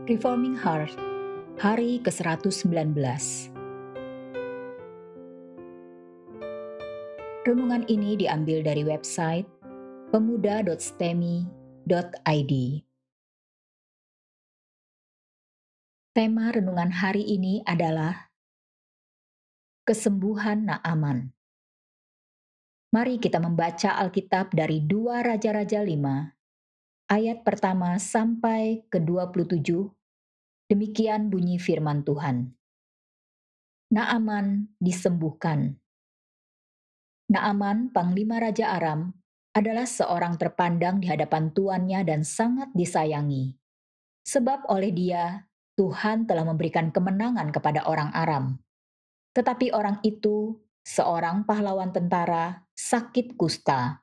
Reforming Heart, hari ke-119. Renungan ini diambil dari website pemuda.stemi.id. Tema renungan hari ini adalah kesembuhan Naaman. Mari kita membaca Alkitab dari 2 Raja-Raja 5, ayat pertama sampai ke-27. Demikian bunyi firman Tuhan. Naaman disembuhkan. Naaman, panglima Raja Aram, adalah seorang terpandang di hadapan tuannya dan sangat disayangi. Sebab oleh dia, Tuhan telah memberikan kemenangan kepada orang Aram. Tetapi orang itu, seorang pahlawan tentara, sakit kusta.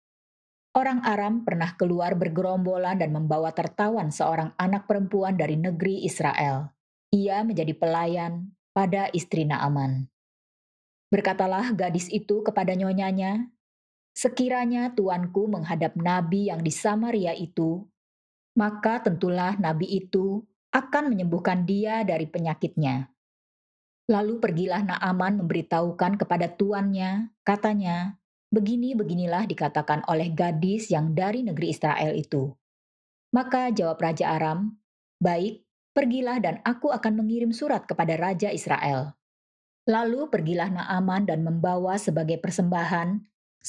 Orang Aram pernah keluar bergerombolan dan membawa tertawan seorang anak perempuan dari negeri Israel. Ia menjadi pelayan pada istri Naaman. Berkatalah gadis itu kepada nyonyanya, "Sekiranya tuanku menghadap nabi yang di Samaria itu, maka tentulah nabi itu akan menyembuhkan dia dari penyakitnya." Lalu pergilah Naaman memberitahukan kepada tuannya, katanya, "Begini-beginilah dikatakan oleh gadis yang dari negeri Israel itu." Maka jawab Raja Aram, "Baik, pergilah dan aku akan mengirim surat kepada Raja Israel." Lalu pergilah Naaman dan membawa sebagai persembahan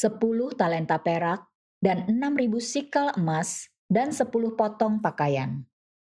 10 talenta perak dan 6.000 sikal emas dan 10 potong pakaian.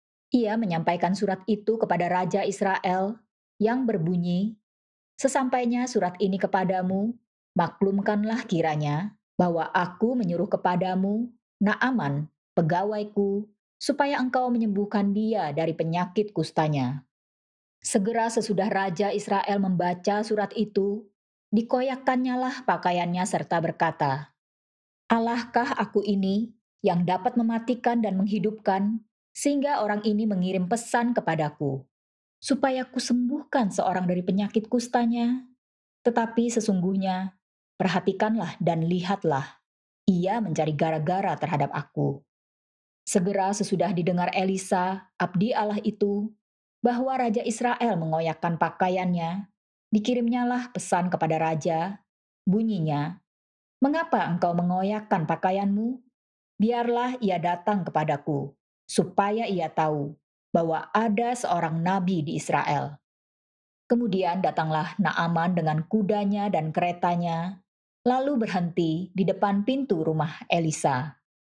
Ia menyampaikan surat itu kepada Raja Israel yang berbunyi, "Sesampainya surat ini kepadamu, maklumkanlah kiranya bahwa aku menyuruh kepadamu, Naaman, pegawaiku, supaya engkau menyembuhkan dia dari penyakit kustanya." Segera sesudah Raja Israel membaca surat itu, dikoyakkannyalah pakaiannya serta berkata, "Allahkah aku ini yang dapat mematikan dan menghidupkan, sehingga orang ini mengirim pesan kepadaku, supaya kusembuhkan seorang dari penyakit kustanya? Tetapi sesungguhnya, perhatikanlah dan lihatlah, ia mencari gara-gara terhadap aku." Segera sesudah didengar Elisa, abdi Allah itu, bahwa Raja Israel mengoyakkan pakaiannya, dikirimnyalah pesan kepada Raja, bunyinya, "Mengapa engkau mengoyakkan pakaianmu? Biarlah ia datang kepadaku, supaya ia tahu bahwa ada seorang nabi di Israel." Kemudian datanglah Naaman dengan kudanya dan keretanya, lalu berhenti di depan pintu rumah Elisa.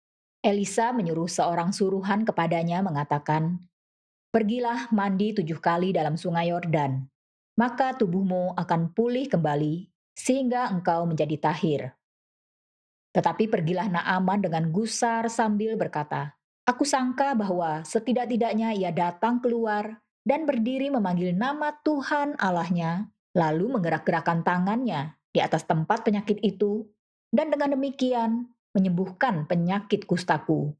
Elisa menyuruh seorang suruhan kepadanya mengatakan, "Pergilah mandi 7 kali dalam sungai Yordan, maka tubuhmu akan pulih kembali, sehingga engkau menjadi tahir." Tetapi pergilah Naaman dengan gusar sambil berkata, "Aku sangka bahwa setidak-tidaknya ia datang keluar dan berdiri memanggil nama Tuhan Allahnya, lalu menggerak-gerakkan tangannya di atas tempat penyakit itu, dan dengan demikian menyembuhkan penyakit kustaku.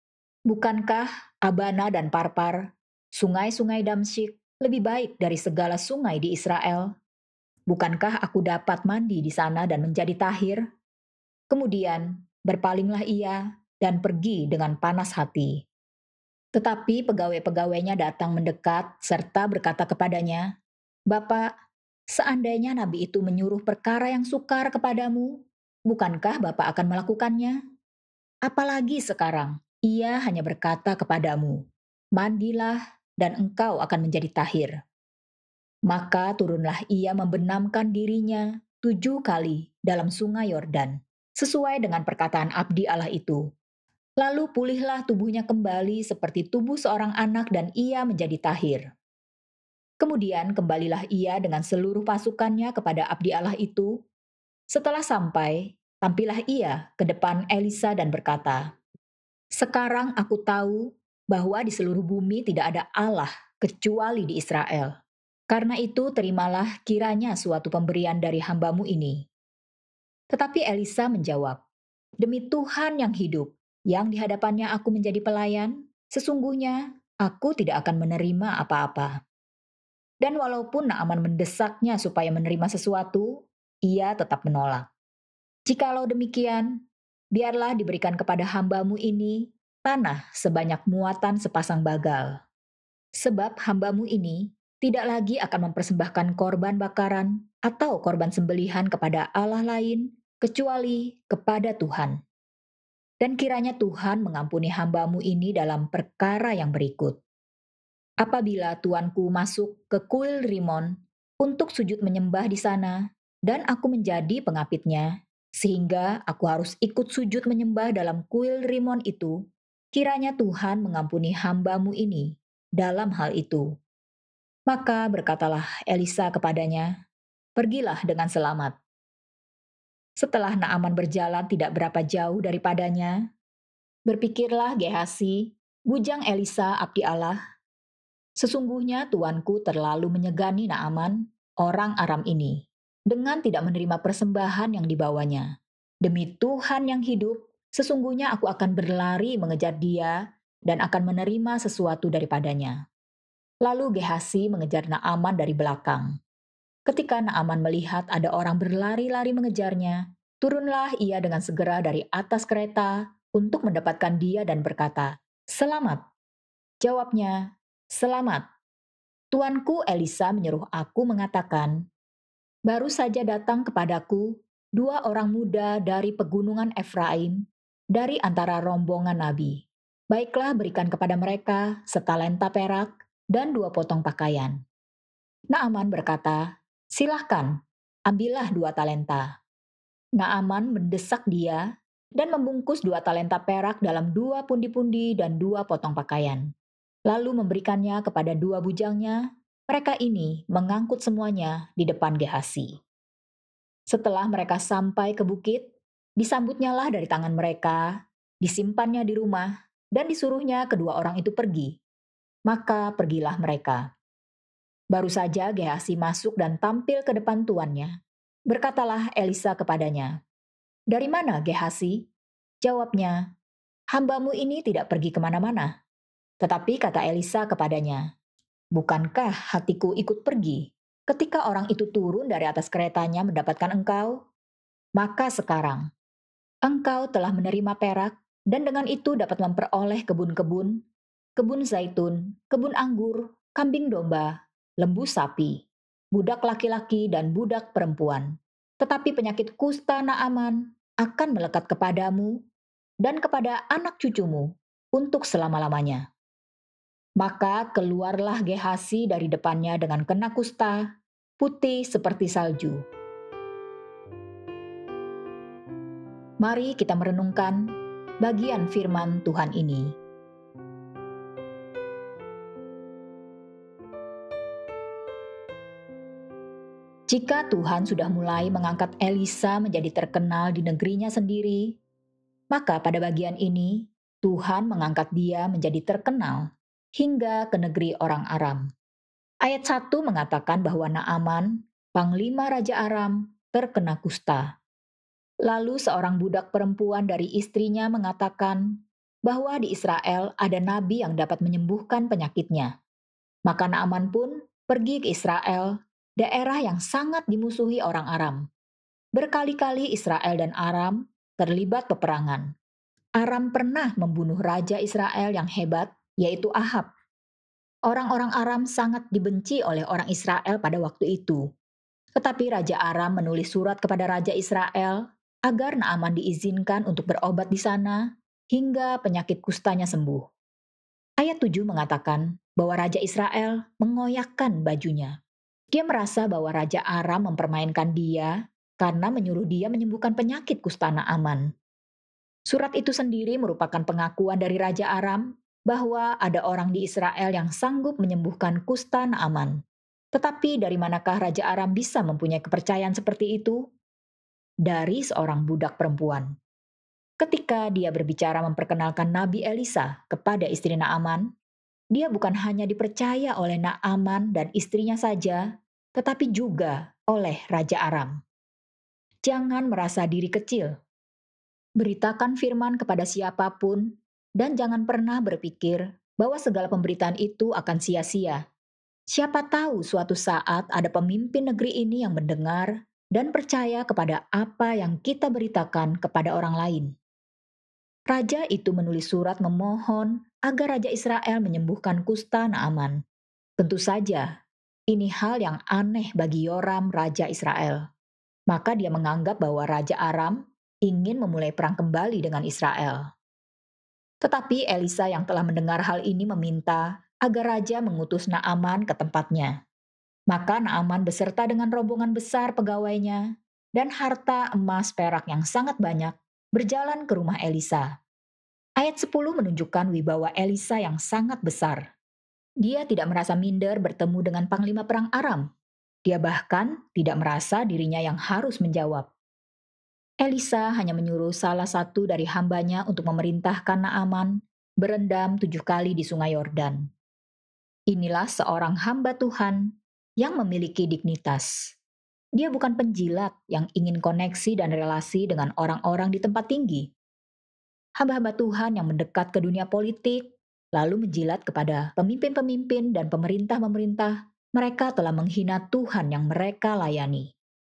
Bukankah Abana dan Parpar, sungai-sungai Damsyik, lebih baik dari segala sungai di Israel? Bukankah aku dapat mandi di sana dan menjadi tahir?" Kemudian berpalinglah ia dan pergi dengan panas hati. Tetapi pegawai-pegawainya datang mendekat serta berkata kepadanya, "Bapak, seandainya nabi itu menyuruh perkara yang sukar kepadamu, bukankah Bapak akan melakukannya? Apalagi sekarang, ia hanya berkata kepadamu, 'Mandilah dan engkau akan menjadi tahir.'" Maka turunlah ia membenamkan dirinya 7 kali dalam sungai Yordan, sesuai dengan perkataan abdi Allah itu. Lalu pulihlah tubuhnya kembali seperti tubuh seorang anak dan ia menjadi tahir. Kemudian kembalilah ia dengan seluruh pasukannya kepada abdi Allah itu. Setelah sampai, tampillah ia ke depan Elisa dan berkata, "Sekarang aku tahu bahwa di seluruh bumi tidak ada Allah kecuali di Israel. Karena itu terimalah kiranya suatu pemberian dari hambamu ini." Tetapi Elisa menjawab, "Demi Tuhan yang hidup, yang di hadapannya aku menjadi pelayan, sesungguhnya aku tidak akan menerima apa-apa." Dan walaupun Naaman mendesaknya supaya menerima sesuatu, ia tetap menolak. "Jikalau demikian, biarlah diberikan kepada hambamu ini tanah sebanyak muatan sepasang bagal." Sebab hambamu ini tidak lagi akan mempersembahkan korban bakaran atau korban sembelihan kepada Allah lain, kecuali kepada Tuhan. Dan kiranya Tuhan mengampuni hambamu ini dalam perkara yang berikut. Apabila tuanku masuk ke kuil Rimon untuk sujud menyembah di sana, dan aku menjadi pengapitnya, sehingga aku harus ikut sujud menyembah dalam kuil Rimon itu, kiranya Tuhan mengampuni hambamu ini dalam hal itu. Maka berkatalah Elisa kepadanya, "Pergilah dengan selamat." Setelah Naaman berjalan tidak berapa jauh daripadanya, berpikirlah Gehasi, bujang Elisa abdi Allah, "Sesungguhnya tuanku terlalu menyegani Naaman, orang Aram ini, dengan tidak menerima persembahan yang dibawanya. Demi Tuhan yang hidup, sesungguhnya aku akan berlari mengejar dia dan akan menerima sesuatu daripadanya." Lalu Gehasi mengejar Naaman dari belakang. Ketika Naaman melihat ada orang berlari-lari mengejarnya, turunlah ia dengan segera dari atas kereta untuk mendapatkan dia dan berkata, "Selamat." Jawabnya, "Selamat. Tuanku Elisa menyuruh aku mengatakan, baru saja datang kepadaku dua orang muda dari pegunungan Efraim, dari antara rombongan nabi. Baiklah berikan kepada mereka setalenta perak dan dua potong pakaian." Naaman berkata, "Silahkan, ambillah dua talenta." Naaman mendesak dia dan membungkus dua talenta perak dalam dua pundi-pundi dan dua potong pakaian. Lalu memberikannya kepada dua bujangnya, mereka ini mengangkut semuanya di depan Gehasi. Setelah mereka sampai ke bukit, disambutnyalah dari tangan mereka, disimpannya di rumah, dan disuruhnya kedua orang itu pergi. Maka pergilah mereka. Baru saja Gehasi masuk dan tampil ke depan tuannya. Berkatalah Elisa kepadanya, "Dari mana, Gehasi?" Jawabnya, "Hambamu ini tidak pergi kemana-mana." Tetapi kata Elisa kepadanya, "Bukankah hatiku ikut pergi ketika orang itu turun dari atas keretanya mendapatkan engkau? Maka sekarang engkau telah menerima perak dan dengan itu dapat memperoleh kebun-kebun, kebun zaitun, kebun anggur, kambing domba, lembu sapi, budak laki-laki dan budak perempuan. Tetapi penyakit kusta Naaman akan melekat kepadamu dan kepada anak cucumu untuk selama-lamanya." Maka keluarlah Gehasi dari depannya dengan kena kusta, putih seperti salju. Mari kita merenungkan bagian firman Tuhan ini. Jika Tuhan sudah mulai mengangkat Elisa menjadi terkenal di negerinya sendiri, maka pada bagian ini Tuhan mengangkat dia menjadi terkenal hingga ke negeri orang Aram. Ayat 1 mengatakan bahwa Naaman, panglima Raja Aram, terkena kusta. Lalu seorang budak perempuan dari istrinya mengatakan bahwa di Israel ada nabi yang dapat menyembuhkan penyakitnya. Maka Naaman pun pergi ke Israel, daerah yang sangat dimusuhi orang Aram. Berkali-kali Israel dan Aram terlibat peperangan. Aram pernah membunuh raja Israel yang hebat, yaitu Ahab. Orang-orang Aram sangat dibenci oleh orang Israel pada waktu itu. Tetapi Raja Aram menulis surat kepada Raja Israel agar Naaman diizinkan untuk berobat di sana hingga penyakit kustanya sembuh. Ayat 7 mengatakan bahwa Raja Israel mengoyakkan bajunya. Dia merasa bahwa Raja Aram mempermainkan dia karena menyuruh dia menyembuhkan penyakit kusta Naaman. Surat itu sendiri merupakan pengakuan dari Raja Aram bahwa ada orang di Israel yang sanggup menyembuhkan kusta Naaman. Tetapi dari manakah Raja Aram bisa mempunyai kepercayaan seperti itu? Dari seorang budak perempuan. Ketika dia berbicara memperkenalkan Nabi Elisa kepada istri Naaman, dia bukan hanya dipercaya oleh Naaman dan istrinya saja, tetapi juga oleh Raja Aram. Jangan merasa diri kecil. Beritakan firman kepada siapapun, dan jangan pernah berpikir bahwa segala pemberitaan itu akan sia-sia. Siapa tahu suatu saat ada pemimpin negeri ini yang mendengar dan percaya kepada apa yang kita beritakan kepada orang lain. Raja itu menulis surat memohon agar Raja Israel menyembuhkan kusta Naaman. Tentu saja, ini hal yang aneh bagi Yoram, Raja Israel. Maka dia menganggap bahwa Raja Aram ingin memulai perang kembali dengan Israel. Tetapi Elisa yang telah mendengar hal ini meminta agar raja mengutus Naaman ke tempatnya. Maka Naaman beserta dengan rombongan besar pegawainya dan harta emas perak yang sangat banyak berjalan ke rumah Elisa. Ayat 10 menunjukkan wibawa Elisa yang sangat besar. Dia tidak merasa minder bertemu dengan panglima perang Aram. Dia bahkan tidak merasa dirinya yang harus menjawab. Elisa hanya menyuruh salah satu dari hambanya untuk memerintahkan Naaman berendam 7 kali di sungai Yordan. Inilah seorang hamba Tuhan yang memiliki dignitas. Dia bukan penjilat yang ingin koneksi dan relasi dengan orang-orang di tempat tinggi. Hamba-hamba Tuhan yang mendekat ke dunia politik, lalu menjilat kepada pemimpin-pemimpin dan pemerintah-pemerintah, mereka telah menghina Tuhan yang mereka layani.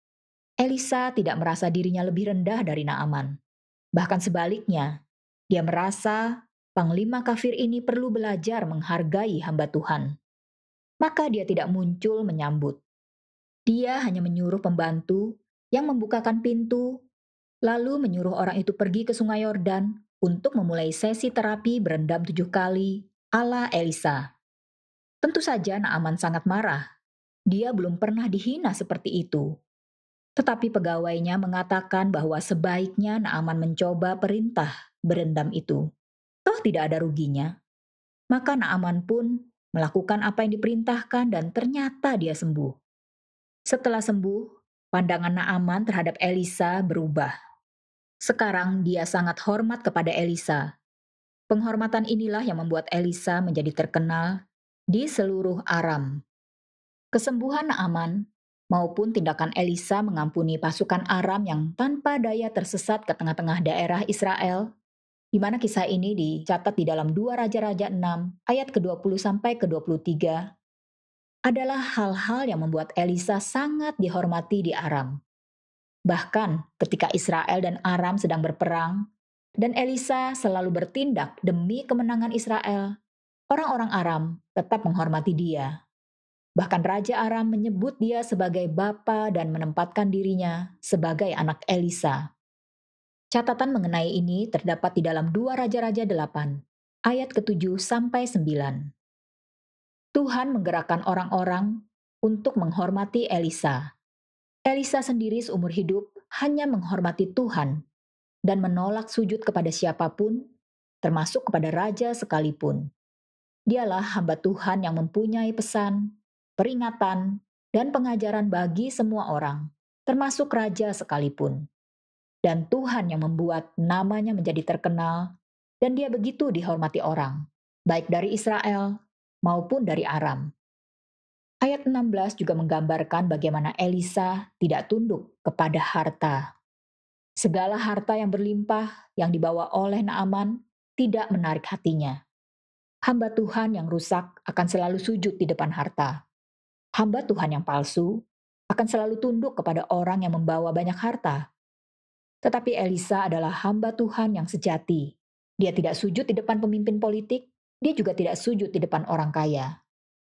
Elisa tidak merasa dirinya lebih rendah dari Naaman. Bahkan sebaliknya, dia merasa panglima kafir ini perlu belajar menghargai hamba Tuhan. Maka dia tidak muncul menyambut. Dia hanya menyuruh pembantu yang membukakan pintu, lalu menyuruh orang itu pergi ke sungai Yordan untuk memulai sesi terapi berendam 7 kali ala Elisa. Tentu saja Naaman sangat marah. Dia belum pernah dihina seperti itu. Tetapi pegawainya mengatakan bahwa sebaiknya Naaman mencoba perintah berendam itu. Toh tidak ada ruginya. Maka Naaman pun melakukan apa yang diperintahkan dan ternyata dia sembuh. Setelah sembuh, pandangan Naaman terhadap Elisa berubah. Sekarang dia sangat hormat kepada Elisa. Penghormatan inilah yang membuat Elisa menjadi terkenal di seluruh Aram. Kesembuhan Naaman maupun tindakan Elisa mengampuni pasukan Aram yang tanpa daya tersesat ke tengah-tengah daerah Israel, di mana kisah ini dicatat di dalam 2 Raja-Raja 6 ayat ke-20 sampai ke-23, adalah hal-hal yang membuat Elisa sangat dihormati di Aram. Bahkan ketika Israel dan Aram sedang berperang, dan Elisa selalu bertindak demi kemenangan Israel, orang-orang Aram tetap menghormati dia. Bahkan Raja Aram menyebut dia sebagai bapa dan menempatkan dirinya sebagai anak Elisa. Catatan mengenai ini terdapat di dalam 2 Raja-Raja 8, ayat ke-7 sampai 9. Tuhan menggerakkan orang-orang untuk menghormati Elisa. Elisa sendiri seumur hidup hanya menghormati Tuhan dan menolak sujud kepada siapapun, termasuk kepada raja sekalipun. Dialah hamba Tuhan yang mempunyai pesan, peringatan, dan pengajaran bagi semua orang, termasuk raja sekalipun. Dan Tuhan yang membuat namanya menjadi terkenal, dan dia begitu dihormati orang, baik dari Israel maupun dari Aram. Ayat 16 juga menggambarkan bagaimana Elisa tidak tunduk kepada harta. Segala harta yang berlimpah yang dibawa oleh Naaman tidak menarik hatinya. Hamba Tuhan yang rusak akan selalu sujud di depan harta. Hamba Tuhan yang palsu akan selalu tunduk kepada orang yang membawa banyak harta. Tetapi Elisa adalah hamba Tuhan yang sejati. Dia tidak sujud di depan pemimpin politik, dia juga tidak sujud di depan orang kaya.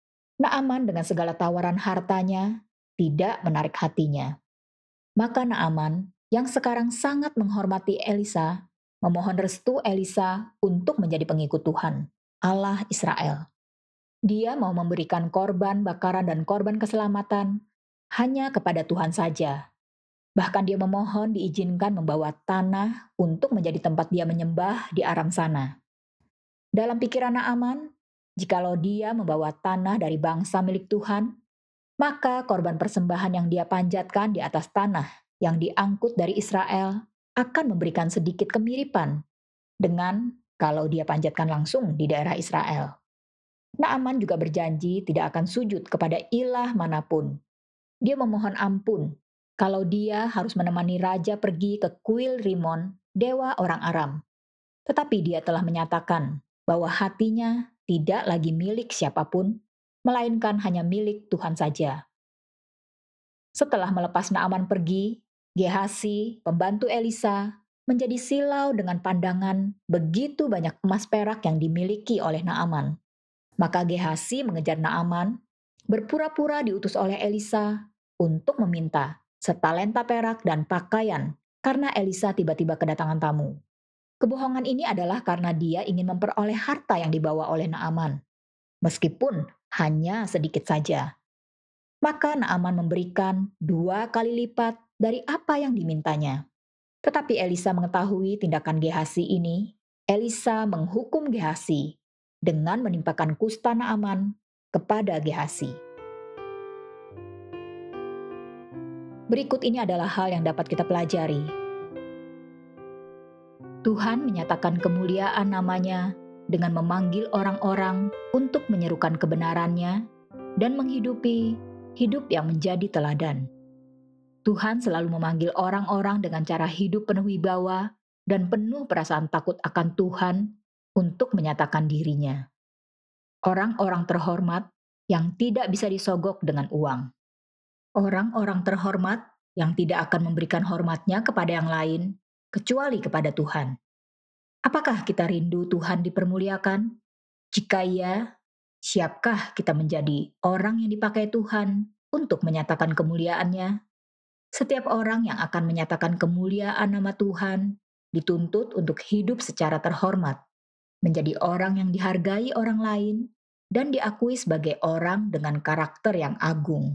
Naaman dengan segala tawaran hartanya tidak menarik hatinya. Maka Naaman yang sekarang sangat menghormati Elisa, memohon restu Elisa untuk menjadi pengikut Tuhan, Allah Israel. Dia mau memberikan korban bakaran dan korban keselamatan hanya kepada Tuhan saja. Bahkan dia memohon diizinkan membawa tanah untuk menjadi tempat dia menyembah di Aram sana. Dalam pikiran Naaman, jikalau dia membawa tanah dari bangsa milik Tuhan, maka korban persembahan yang dia panjatkan di atas tanah yang diangkut dari Israel akan memberikan sedikit kemiripan dengan kalau dia panjatkan langsung di daerah Israel. Naaman juga berjanji tidak akan sujud kepada ilah manapun. Dia memohon ampun kalau dia harus menemani raja pergi ke kuil Rimon, dewa orang Aram. Tetapi dia telah menyatakan bahwa hatinya tidak lagi milik siapapun, melainkan hanya milik Tuhan saja. Setelah melepas Naaman pergi, Gehasi, pembantu Elisa, menjadi silau dengan pandangan begitu banyak emas perak yang dimiliki oleh Naaman. Maka Gehasi mengejar Naaman berpura-pura diutus oleh Elisa untuk meminta setalenta perak dan pakaian karena Elisa tiba-tiba kedatangan tamu. Kebohongan ini adalah karena dia ingin memperoleh harta yang dibawa oleh Naaman, meskipun hanya sedikit saja. Maka Naaman memberikan 2 kali lipat dari apa yang dimintanya. Tetapi Elisa mengetahui tindakan Gehasi ini. Elisa menghukum Gehasi dengan menimpakan kusta Naaman kepada Gehasi. Berikut ini adalah hal yang dapat kita pelajari. Tuhan menyatakan kemuliaan namanya dengan memanggil orang-orang untuk menyerukan kebenarannya dan menghidupi hidup yang menjadi teladan. Tuhan selalu memanggil orang-orang dengan cara hidup penuh wibawa dan penuh perasaan takut akan Tuhan untuk menyatakan dirinya. Orang-orang terhormat yang tidak bisa disogok dengan uang. Orang-orang terhormat yang tidak akan memberikan hormatnya kepada yang lain, kecuali kepada Tuhan. Apakah kita rindu Tuhan dipermuliakan? Jika iya, siapkah kita menjadi orang yang dipakai Tuhan untuk menyatakan kemuliaannya? Setiap orang yang akan menyatakan kemuliaan nama Tuhan dituntut untuk hidup secara terhormat, menjadi orang yang dihargai orang lain, dan diakui sebagai orang dengan karakter yang agung.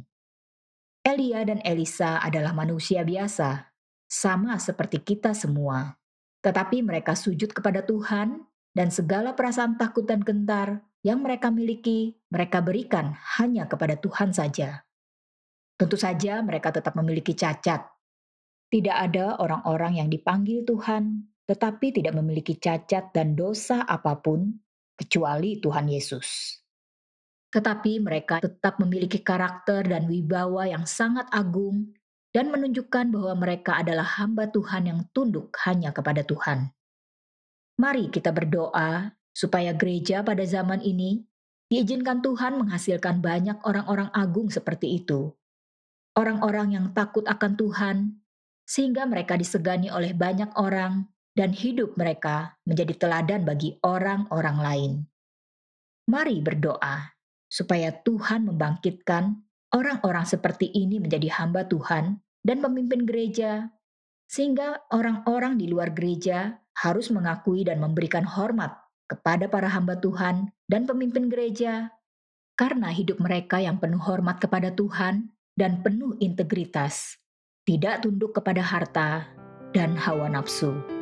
Elia dan Elisa adalah manusia biasa, sama seperti kita semua. Tetapi mereka sujud kepada Tuhan, dan segala perasaan takut dan gentar yang mereka miliki, mereka berikan hanya kepada Tuhan saja. Tentu saja mereka tetap memiliki cacat. Tidak ada orang-orang yang dipanggil Tuhan, tetapi tidak memiliki cacat dan dosa apapun, kecuali Tuhan Yesus. Tetapi mereka tetap memiliki karakter dan wibawa yang sangat agung dan menunjukkan bahwa mereka adalah hamba Tuhan yang tunduk hanya kepada Tuhan. Mari kita berdoa supaya gereja pada zaman ini diizinkan Tuhan menghasilkan banyak orang-orang agung seperti itu. Orang-orang yang takut akan Tuhan, sehingga mereka disegani oleh banyak orang dan hidup mereka menjadi teladan bagi orang-orang lain. Mari berdoa supaya Tuhan membangkitkan orang-orang seperti ini menjadi hamba Tuhan dan pemimpin gereja, sehingga orang-orang di luar gereja harus mengakui dan memberikan hormat kepada para hamba Tuhan dan pemimpin gereja, karena hidup mereka yang penuh hormat kepada Tuhan dan penuh integritas, tidak tunduk kepada harta dan hawa nafsu.